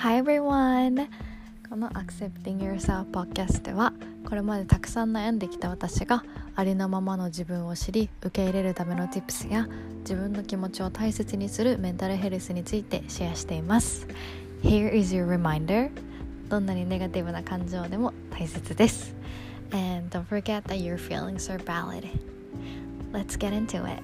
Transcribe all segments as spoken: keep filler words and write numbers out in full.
Hi everyone! この Accepting Yourself Podcast ではこれまでたくさん悩んできた私がありのままの自分を知り受け入れるための Tips や自分の気持ちを大切にするメンタルヘルスについてシェアしています。 Here is your reminder. どんなにネガティブな感情でも大切です。 And don't forget that your feelings are valid. Let's get into it.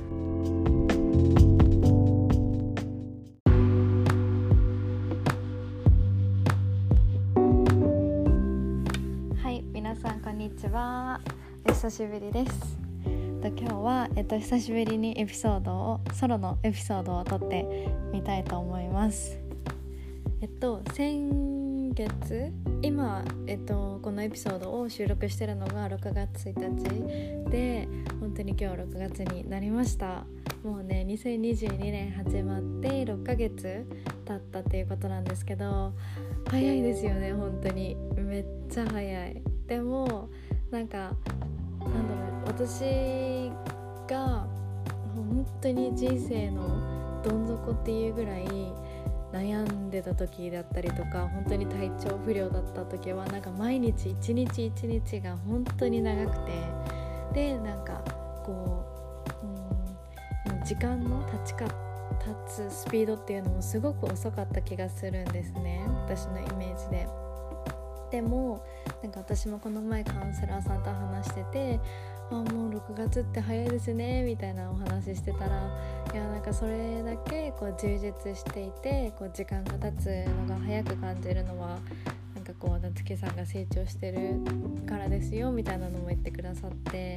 皆さんこんにちは。お久しぶりです。今日は、えっと、久しぶりにエピソードをソロのエピソードを撮ってみたいと思います。えっと先月今、えっと、このエピソードを収録してるのがろくがつついたちで、本当に今日ろくがつになりました。もうねにせんにじゅうにねん始まってろっかげつ経ったっていうことなんですけど、早いですよね。本当にめっちゃ早い。でもなんかなんだろう、私が本当に人生のどん底っていうぐらい悩んでた時だったりとか、本当に体調不良だった時はなんか毎日一日一日が本当に長くて、でなんかこう、うん、時間の経ちか経つスピードっていうのもすごく遅かった気がするんですね、私のイメージで。でもなんか私もこの前カウンセラーさんと話してて、あもうろくがつって早いですねみたいなお話してたら、いやなんかそれだけこう充実していて、こう時間が経つのが早く感じるのはなんかこう夏希さんが成長してるからですよみたいなのも言ってくださって、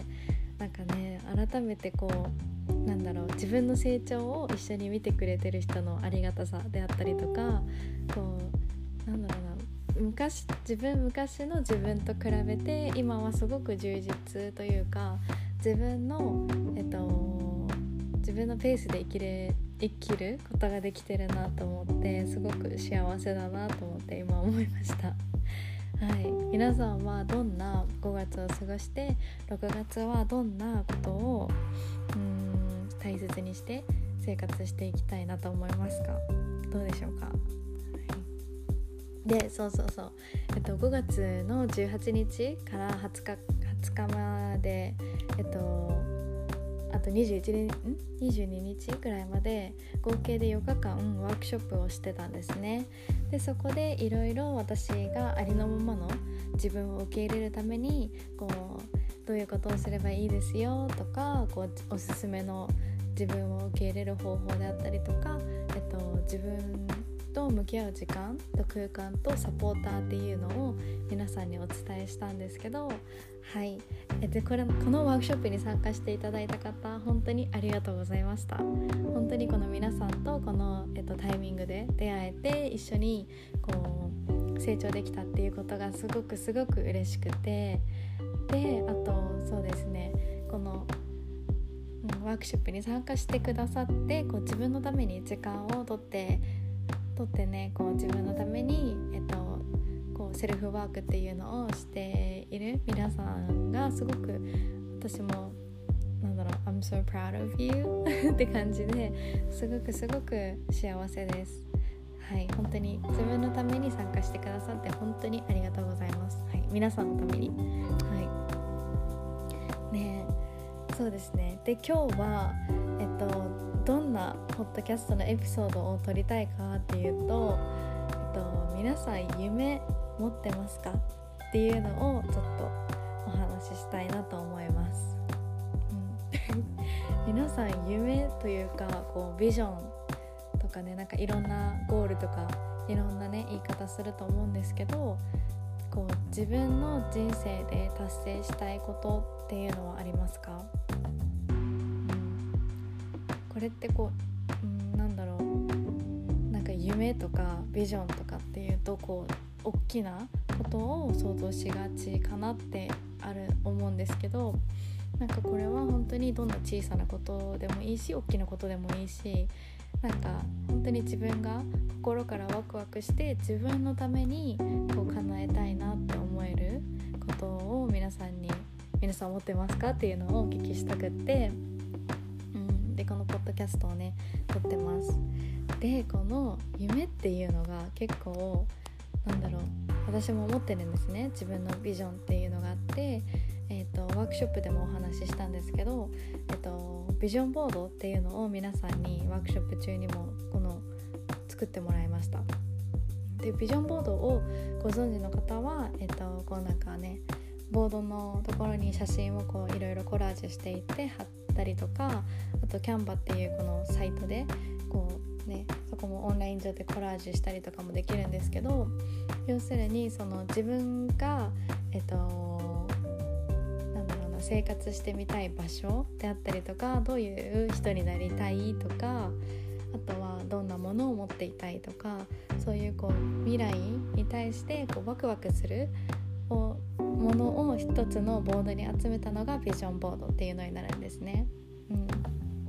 なんかね改めてこうなんだろう、自分の成長を一緒に見てくれてる人のありがたさであったりとか、こうなんだろうな、昔自分昔の自分と比べて今はすごく充実というか、自分のえっと自分のペースで生きれ生きることができてるなと思って、すごく幸せだなと思って今思いました。はい、皆さんはどんなごがつを過ごして、ろくがつはどんなことをうーん大切にして生活していきたいなと思いますか？どうでしょうか？で、そうそうそう、えっと、ごがつのじゅうはちにちからはつか、はつかまで、えっと、あとにじゅういちにち、んにじゅうににちぐらいまで合計でよっかかんワークショップをしてたんですね。で、そこでいろいろ私がありのままの自分を受け入れるためにこうどういうことをすればいいですよとか、こうおすすめの自分を受け入れる方法であったりとか、えっと、自分と向き合う時間と空間とサポーターっていうのを皆さんにお伝えしたんですけど、はい、でこれこのワークショップに参加していただいた方、本当にありがとうございました。本当にこの皆さんとこの、えっと、タイミングで出会えて一緒にこう成長できたっていうことがすごくすごく嬉しくて、であとそうですね、このワークショップに参加してくださって、こう自分のために時間をとってとってね、こう自分のために、えっと、こうセルフワークっていうのをしている皆さんがすごく、私もなんだろう I'm so proud of you って感じですごくすごく幸せです。はい、本当に自分のために参加してくださって本当にありがとうございます。はい、皆さんのために、はい、ね、そうですね。で今日はえっとどんなポッドキャストのエピソードを撮りたいかっていうと、えっと、皆さん夢持ってますかっていうのをちょっとお話ししたいなと思います、うん、皆さん夢というかこうビジョンとかね、なんかいろんなゴールとかいろんなね言い方すると思うんですけど、こう自分の人生で達成したいことっていうのはありますか？これってこう、うん、なんだろう、なんか夢とかビジョンとかっていうとこう大きなことを想像しがちかなってある思うんですけど、なんかこれは本当にどんな小さなことでもいいし大きなことでもいいし、なんか本当に自分が心からワクワクして自分のためにこう叶えたいなって思えることを皆さんに皆さん持ってますかっていうのをお聞きしたくって、でこのポッドキャストをね撮ってます。 でこの夢っていうのが結構なんだろう私も思ってるんですね。自分のビジョンっていうのがあって、えーと、ワークショップでもお話ししたんですけど、えーと、ビジョンボードっていうのを皆さんにワークショップ中にもこの作ってもらいました。でビジョンボードをご存知の方は、えーと、こうなんかねボードのところに写真をこういろいろコラージュしていって貼ったりとか、あとキャンバっていうこのサイトでこうねそこもオンライン上でコラージュしたりとかもできるんですけど、要するにその自分がえっとなんだろうな生活してみたい場所であったりとか、どういう人になりたいとか、あとはどんなものを持っていたいとか、そういうこう未来に対してこうワクワクするものを一つのボードに集めたのがビジョンボードっていうのになるんですね。うん、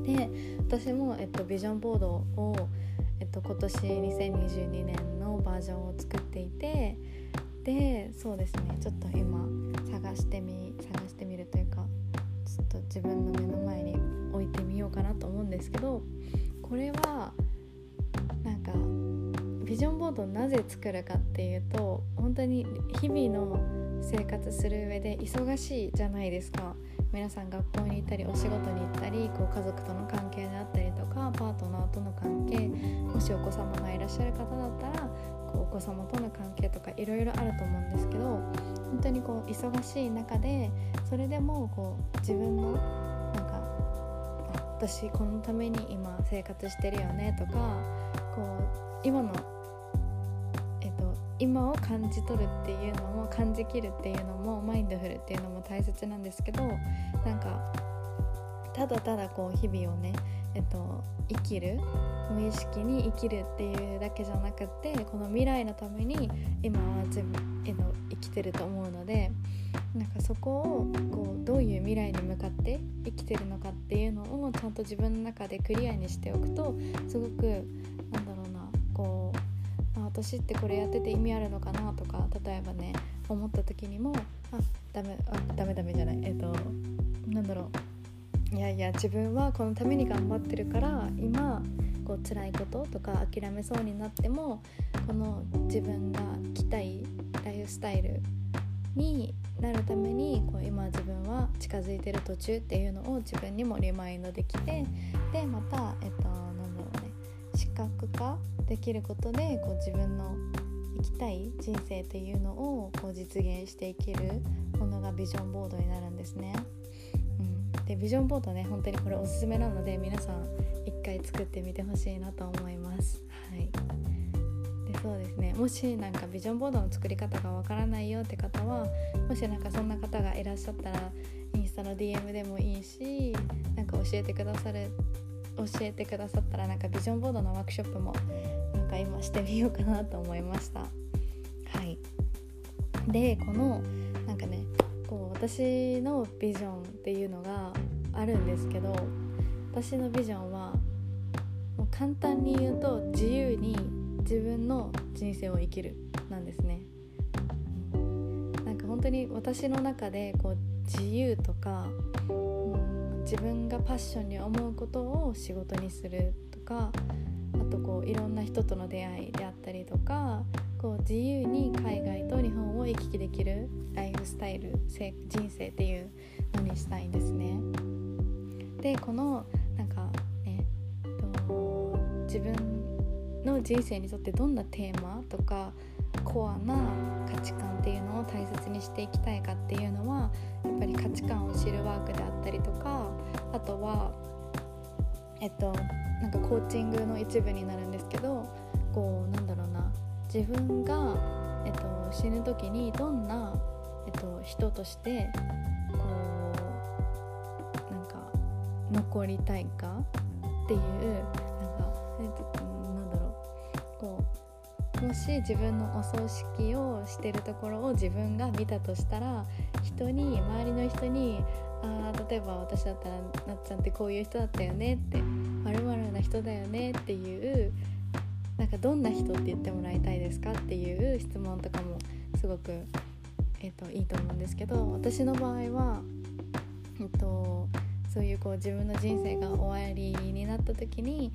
で私も、えっと、ビジョンボードを、えっと、今年にせんにじゅうにねんのバージョンを作っていて、でそうですねちょっと今探してみ探してみるというかちょっと自分の目の前に置いてみようかなと思うんですけど、これはなんかビジョンボードをなぜ作るかっていうと、本当に日々の生活する上で忙しいじゃないですか。皆さん学校に行ったりお仕事に行ったり、こう家族との関係であったりとかパートナーとの関係、もしお子様がいらっしゃる方だったらこうお子様との関係とかいろいろあると思うんですけど、本当にこう忙しい中でそれでもこう自分のなんか私このために今生活してるよねとか、こう今のえっと今を感じ取るっていうのも感じきるっていうのもマインドフルっていうのも大切なんですけど、なんかただただこう日々をね、えっと、生きる無意識に生きるっていうだけじゃなくて、この未来のために今は自分、えっと、生きてると思うので、なんかそこをこうどういう未来に向かって生きてるのかっていうのをちゃんと自分の中でクリアにしておくと、すごくなんだろうなこう私ってこれやってて意味あるのかなとか、例えばね思った時にもあダメあダメダメじゃないえっとなんだろういやいや自分はこのために頑張ってるから、今こう辛いこととか諦めそうになってもこの自分が生きたいライフスタイルになるためにこう今自分は近づいてる途中っていうのを自分にもリマインドできて、でまたえっとなんだろうね視覚化できることでこう自分の生きたい人生っていうのをこう実現していけるものがビジョンボードになるんですね。うん、でビジョンボードね本当にこれおすすめなので皆さん一回作ってみてほしいなと思います。はい。でそうですね、もしなんかビジョンボードの作り方がわからないよって方は、もしなんかそんな方がいらっしゃったらインスタの ディーエム でもいいし、なんか教えてくださる教えてくださったらなんかビジョンボードのワークショップもなんか今してみようかなと思いました。はい。でこのなんかねこう私のビジョンっていうのがあるんですけど、私のビジョンはもう簡単に言うと自由に自分の人生を生きるなんですね。なんか本当に私の中でこう自由とか、うん、自分がパッションに思うことを仕事にするとか、あとこういろんな人との出会いであったりとか、こう自由に海外と日本を行き来できるライフスタイル人生っていうのにしたいんですね。でこのなんかねと自分の人生にとってどんなテーマとかコアな価値観っていうのを大切にしていきたいかっていうのは、やっぱり価値観を知るワークであったりとか、あとはえっとなんかコーチングの一部になるんですけど、こうなんだろうな自分が、えっと、死ぬ時にどんな、えっと、人としてこうなんか残りたいかっていうなんか、えっと、なんだろうこうもし自分のお葬式をしてるところを自分が見たとしたら、人に周りの人にあ例えば私だったらなっちゃんってこういう人だったよねって〇〇な人だよねっていうなんかどんな人って言ってもらいたいですかっていう質問とかもすごく、えっと、いいと思うんですけど、私の場合は、えっと、そういうこう自分の人生が終わりになった時に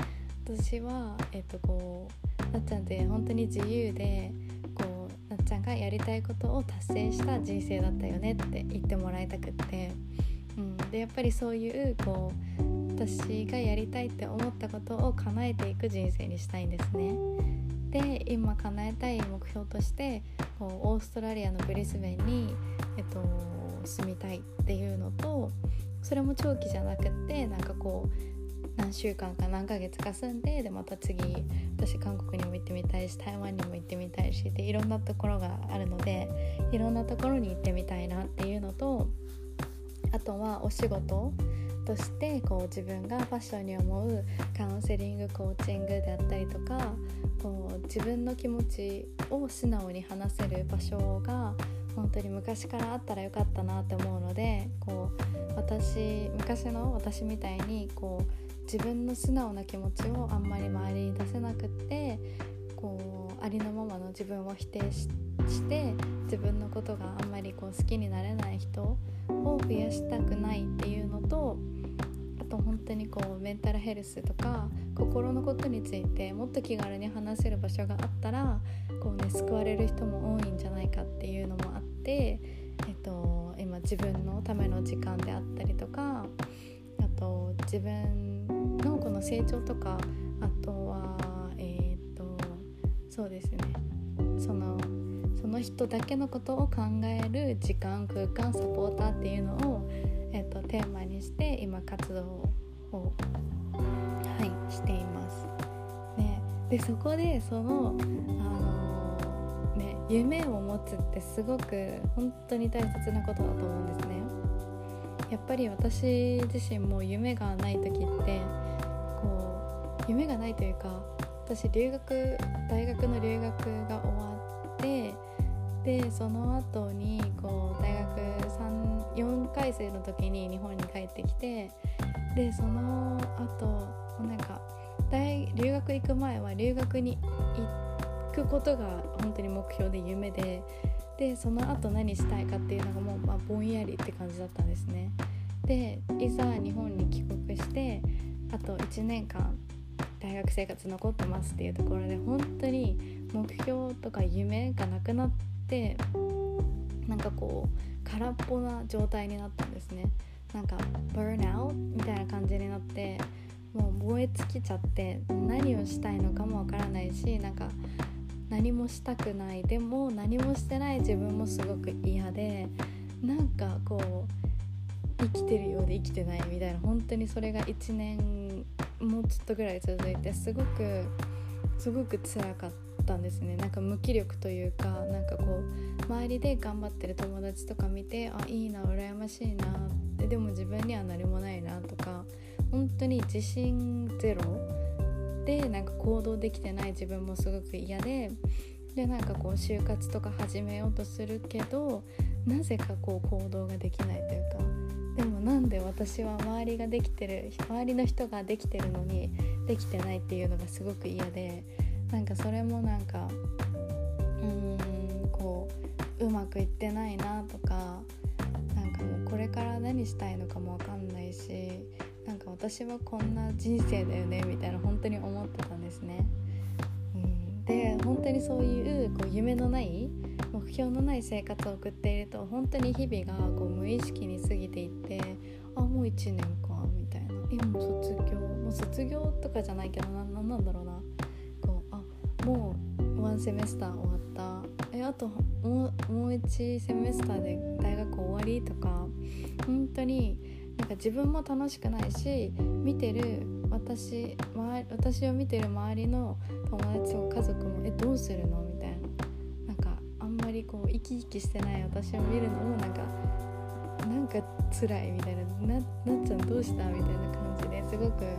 私は、えっと、こうなっちゃんって本当に自由でこうなっちゃんがやりたいことを達成した人生だったよねって言ってもらいたくって、うん、でやっぱりそういうこう私がやりたいって思ったことを叶えていく人生にしたいんですね。で今叶えたい目標としてこうオーストラリアのブリスベンに、えっと、住みたいっていうのと、それも長期じゃなくってなんかこう何週間か何ヶ月か住んで、でまた次私韓国にも行ってみたいし台湾にも行ってみたいしでいろんなところがあるのでいろんなところに行ってみたいなっていうのと、あとはお仕事としてこう自分がファッションに思うカウンセリングコーチングであったりとか、こう自分の気持ちを素直に話せる場所が本当に昔からあったらよかったなって思うので、こう私昔の私みたいにこう自分の素直な気持ちをあんまり周りに出せなくって、こうありのままの自分を否定 し, して自分のことがあんまりこう好きになれない人を増やしたくないっていうのと、あと本当にこうメンタルヘルスとか心のことについてもっと気軽に話せる場所があったらこう、ね、救われる人も多いんじゃないかっていうのもあって、えっと、今自分のための時間であったりとか、あと自分のこの成長とか、あとはえっとそうですねそのその人だけのことを考える時間空間サポーターっていうのを、えっと、テーマにして今活動を、はい、しています、ね、でそこでその、あのーね、夢を持つってすごく本当に大切なことだと思うんですね。やっぱり私自身も夢がない時ってこう夢がないというか、私留学大学の留学が終わってでその後にこう大学さん、よんかい生の時に日本に帰ってきて、でその後なんか大留学行く前は留学に行くことが本当に目標で夢で、でその後何したいかっていうのがもう、まあ、ぼんやりって感じだったんですね。でいざ日本に帰国してあといちねんかん大学生活残ってますっていうところで本当に目標とか夢がなくなって、なんかこう空っぽな状態になったんですね。なんかバーンアウトみたいな感じになって、もう燃え尽きちゃって何をしたいのかもわからないし、なんか何もしたくない、でも何もしてない自分もすごく嫌で、なんかこう生きてるようで生きてないみたいな、本当にそれがいちねんもうちょっとぐらい続いてすごくすごく辛かったんですね。なんか無気力というか、なんかこう周りで頑張ってる友達とか見て、あいいな羨ましいなって、でも自分には何もないなとか、本当に自信ゼロでなんか行動できてない自分もすごく嫌で、でなんかこう就活とか始めようとするけどなぜかこう行動ができないというか、でもなんで私は周りができてる周りの人ができてるのにできてないっていうのがすごく嫌で、なんかそれもなんかうーんこううまくいってないなとか、なんかもうこれから何したいのかも分かんないし、なんか私はこんな人生だよねみたいな本当に思ってたんですね、うん、で本当にそういう、こう夢のない目標のない生活を送っていると本当に日々がこう無意識に過ぎていって、あもういちねんかみたいな、えもう卒業もう卒業とかじゃないけど な, なんなんだろうな、こうあもうワンセメスター終わった、えあともうもういちセメスターで大学終わりとか、本当になんか自分も楽しくないし、見てる 私, 私を見てる周りの友達とか家族もえどうするのみたいな、なんかあんまりこう生き生きしてない私を見るのもなんかなんか辛いみたいな、 な, なっちゃんどうしたみたいな感じですごく、うん、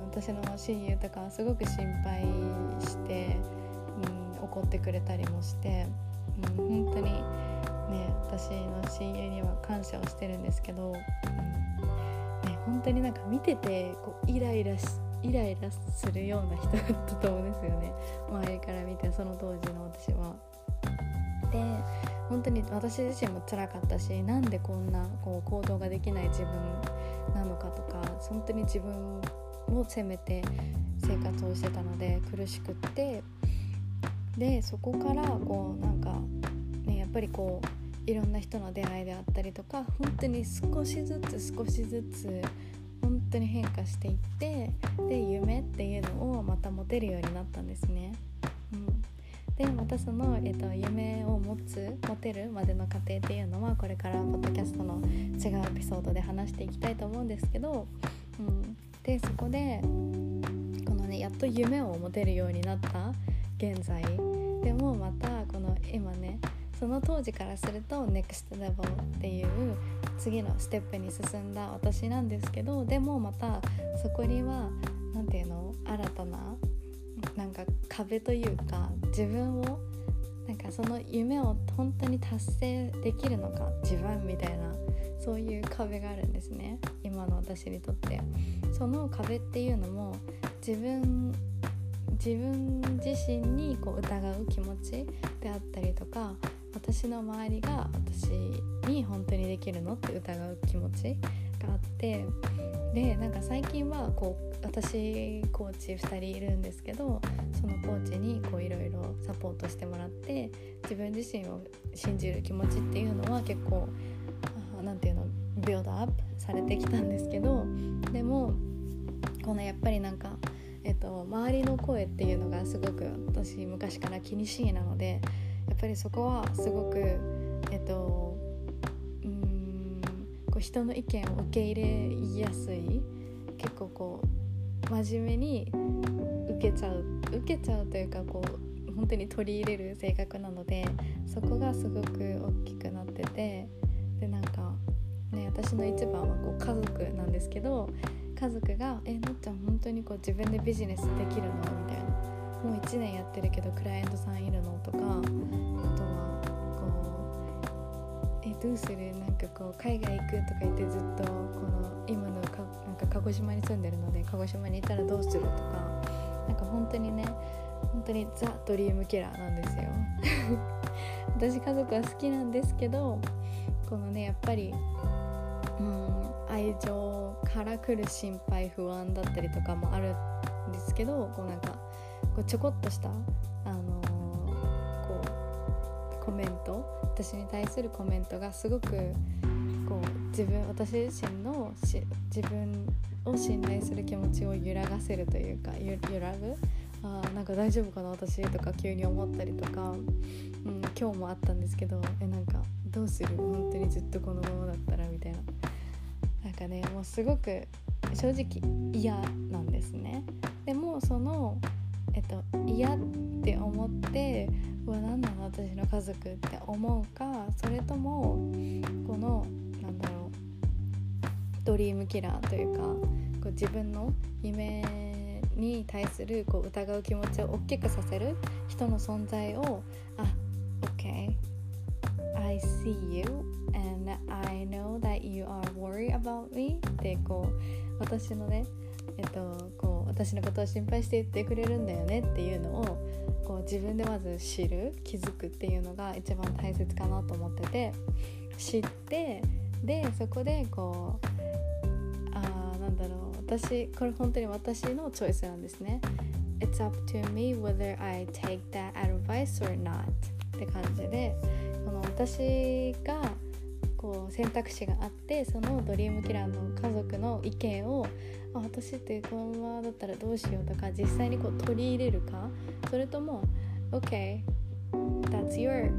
私の親友とかすごく心配して、うん、怒ってくれたりもして、うん、本当にね、私の親友には感謝をしてるんですけど、うんね、本当になんか見ててこうイライラしイライラするような人だったと思うんですよね、周りから見てその当時の私は。で本当に私自身も辛かったし、なんでこんなこう行動ができない自分なのかとか、本当に自分を責めて生活をしてたので苦しくって、でそこからこうなんかねやっぱりこういろんな人の出会いであったりとか、本当に少しずつ少しずつ本当に変化していって、で夢っていうのをまた持てるようになったんですね。うん、でまたその、えっと、夢を持つ持てるまでの過程っていうのはこれからポッドキャストの違うエピソードで話していきたいと思うんですけど、うん、でそこでこのねやっと夢を持てるようになった現在でもまたこの今ねその当時からすると ネクスト レベルっていう次のステップに進んだ私なんですけど、でもまたそこにはなんていうの新たななんか壁というか、自分をなんかその夢を本当に達成できるのか自分みたいな、そういう壁があるんですね今の私にとって。その壁っていうのも自分自分自身にこう疑う気持ちであったりとか、私の周りが私に本当にできるのって疑う気持ちがあって、でなんか最近はこう私コーチふたりいるんですけど、そのコーチにこういろいろサポートしてもらって自分自身を信じる気持ちっていうのは結構なんていうのビルドアップされてきたんですけど、でもこのやっぱりなんかえっと、周りの声っていうのがすごく私昔から気にしいなので、やっぱりそこはすごく、えっと、うーんこう人の意見を受け入れやすい、結構こう真面目に受けちゃう受けちゃうというかこう本当に取り入れる性格なので、そこがすごく大きくなってて、でなんかね私の一番はこう家族なんですけど、家族がえなっちゃん本当にこう自分でビジネスできるのみたいな、もういちねんやってるけどクライアントさんいるのとか、あとはこうえどうするなんかこう海外行くとか言ってずっとこの今のかなんか鹿児島に住んでるので鹿児島にいたらどうするとか、なんか本当にね本当にザ・ドリームキラーなんですよ私家族は好きなんですけど、このねやっぱりうん愛情から来る心配不安だったりとかもあるんですけど、こうなんかこうちょこっとした、あのー、こうコメント、私に対するコメントがすごくこう自分私自身のし自分を信頼する気持ちを揺らがせるというか、ゆ揺らぐあなんか大丈夫かな私とか急に思ったりとか、うん、今日もあったんですけど、えなんかどうする本当にずっとこのままだったらみたいな、なんかねもうすごく正直嫌なんですね。でもその、えっと、嫌って思ってうわ何なの私の家族って思うか、それともこのなんだろうドリームキラーというか、こう自分の夢に対するこう疑う気持ちを大きくさせる人の存在をあ OK I see you and I know that you are worried about me ってこう私のねえっとこう私のことを心配して言ってくれるんだよねっていうのをこう自分でまず知る気づくっていうのが一番大切かなと思ってて、知ってでそこでこうあーなんだろう私これ本当に私のチョイスなんですね。 It's up to me whether I take that advice or not って感じで、この私がこう選択肢があって、そのドリームキラーの家族の意見をあ私ってこのままだったらどうしようとか実際にこう取り入れるか、それとも OK that's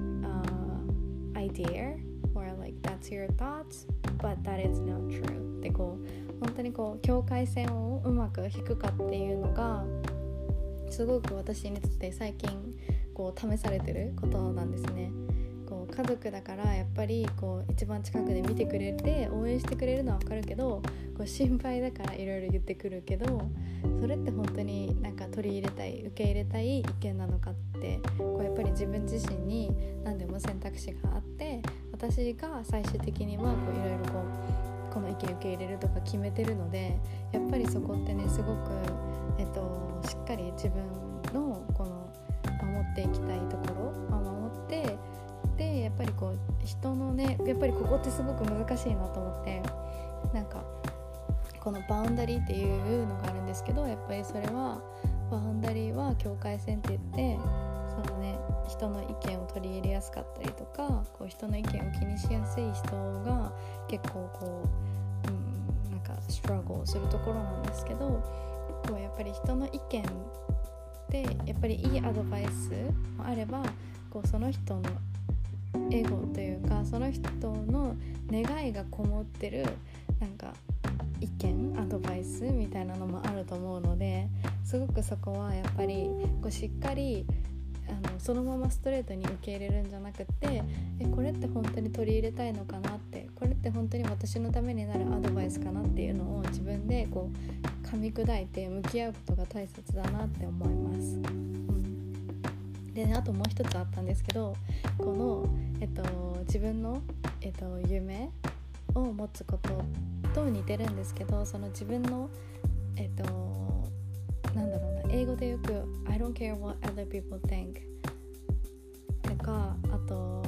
your、uh, idea or like that's your thoughts but that is not true ってこう本当にこう境界線をうまく引くかっていうのがすごく私にとって最近こう試されてることなんですね。こう家族だからやっぱりこう一番近くで見てくれて応援してくれるのは分かるけど、こう心配だからいろいろ言ってくるけど、それって本当になんか取り入れたい受け入れたい意見なのかって、こうやっぱり自分自身に何でも選択肢があって、私が最終的にはこういろいろこうこの意見受け入れるとか決めてるので、やっぱりそこってねすごく、えっと、しっかり自分のこの守っていきたいところを守って、でやっぱりこう人のねやっぱりここってすごく難しいなと思って、なんかこのバウンダリーっていうのがあるんですけど、やっぱりそれはバウンダリーは境界線って言って、そのね人の意見を取り入れやすかったりとか、こう人の意見を気にしやすい人が結構こう、うん、なんかストラゴルするところなんですけど、こうやっぱり人の意見でやっぱりいいアドバイスもあれば、こうその人のエゴというかその人の願いがこもってるなんか意見アドバイスみたいなのもあると思うので、すごくそこはやっぱりこうしっかりあのそのままストレートに受け入れるんじゃなくて、えこれって本当に取り入れたいのかなって、これって本当に私のためになるアドバイスかなっていうのを自分でこう噛み砕いて向き合うことが大切だなって思います、うん、で、ね、あともう一つあったんですけど、この、えっと、自分の、えっと、夢を持つことと似てるんですけど、その自分のえっとなんだろうな、英語でよく I don't care what other people think とか、あと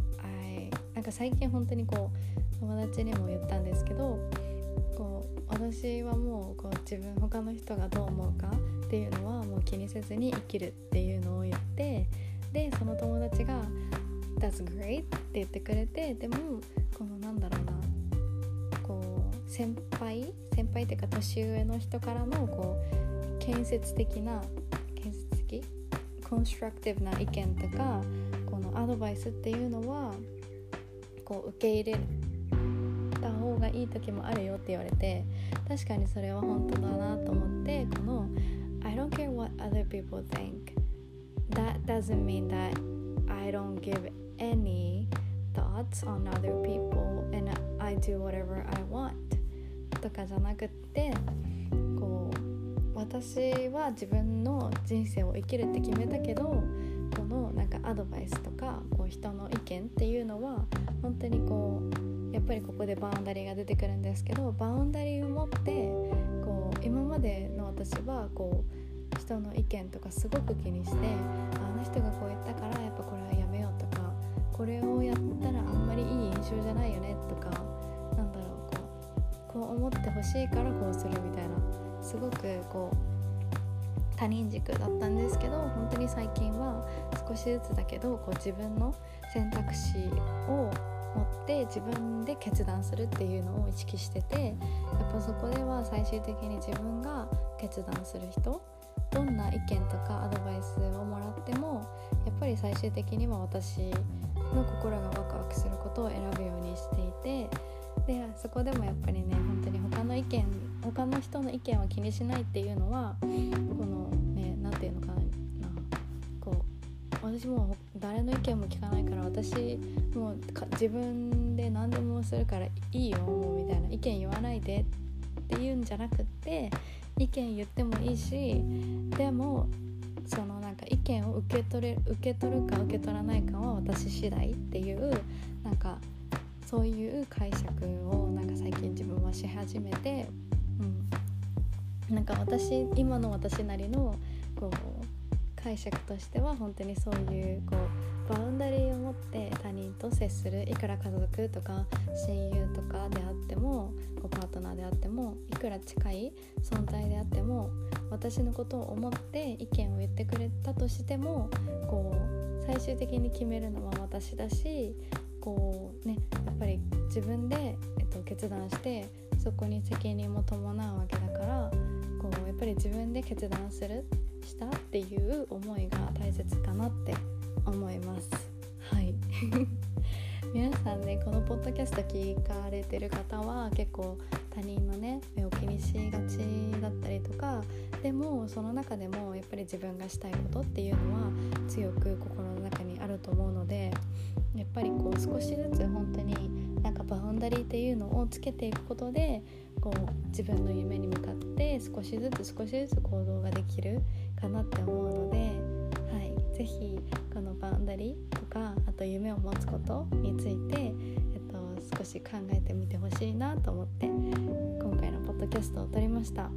I なんか最近本当にこう友達にも言ったんですけど、こう私はもう、こう自分他の人がどう思うかっていうのはもう気にせずに生きるっていうのを言って、でその友達が That's great って言ってくれて、でもこのなんだろうな、こう先輩先輩っていうか年上の人からのこう建設的な建設的コンストラクティブな意見とか、このアドバイスっていうのはこう受け入れた方がいい時もあるよって言われて、確かにそれは本当だなと思って、この I don't care what other people think that doesn't mean that I don't give any thoughts on other people and I do whatever I want とかじゃなくって、こう私は自分の人生を生きるって決めたけど、このなんかアドバイスとかこう人の意見っていうのは本当にこうやっぱりここでバウンダリーが出てくるんですけど、バウンダリーを持ってこう今までの私はこう人の意見とかすごく気にして、あの人がこう言ったからやっぱこれはやめようとか、これをやったらあんまりいい印象じゃないよねとか、なんだろう、こうこう思ってほしいからこうするみたいな、すごくこう他人軸だったんですけど、本当に最近は少しずつだけどこう自分の選択肢を持って自分で決断するっていうのを意識してて、やっぱそこでは最終的に自分が決断する人、どんな意見とかアドバイスをもらってもやっぱり最終的には私の心がワクワクすることを選ぶようにしていて、でそこでもやっぱりね、本当に他の意見他の人の意見を気にしないっていうのは、このね、なんていうのかな、こう私もう誰の意見も聞かないから、私もうか自分で何でもするからいいよもうみたいな、意見言わないでっていうんじゃなくって、意見言ってもいいし、でもそのなんか意見を受け取れ受け取るか受け取らないかは私次第っていう、なんかそういう解釈をなんか最近自分はし始めて、うん、なんか私今の私なりのこう解釈としては、本当にそういうこうバウンダリーを持って他人と接する、いくら家族とか親友とかであっても、こうパートナーであっても、いくら近い存在であっても、私のことを思って意見を言ってくれたとしても、こう最終的に決めるのは私だし、こうね、やっぱり自分で、えっと、決断してそこに責任も伴うわけだから、こうやっぱり自分で決断するしたっていう思いが大切かなって思います。はい皆さんね、このポッドキャスト聞かれてる方は結構他人のね目を気にしがちだったりとか、でもその中でもやっぱり自分がしたいことっていうのは強く心の中にあると思うので、やっぱりこう少しずつ本当になんかバウンダリーっていうのをつけていくことで、こう自分の夢に向かって少しずつ少しずつ行動ができるかなって思うので、はい、ぜひこのバウンダリーとか、あと夢を持つことについて、えっと、少し考えてみてほしいなと思って今回のポッドキャストを撮りました。はい、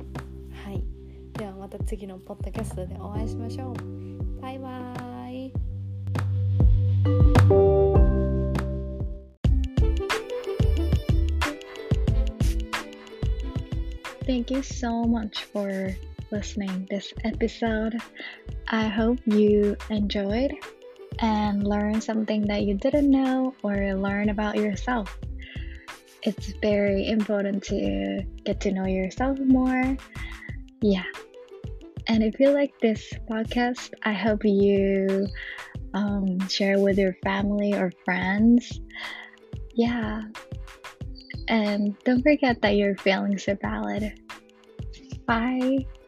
ではまた次のポッドキャストでお会いしましょう。バイバイ。 thank you so much for listening this episode. I hope you enjoyed and learned something that you didn't know or learn about yourself. It's very important to get to know yourself more. Yeah. And if you like this podcast, I hope you um, share with your family or friends. Yeah. And don't forget that your feelings are valid. Bye.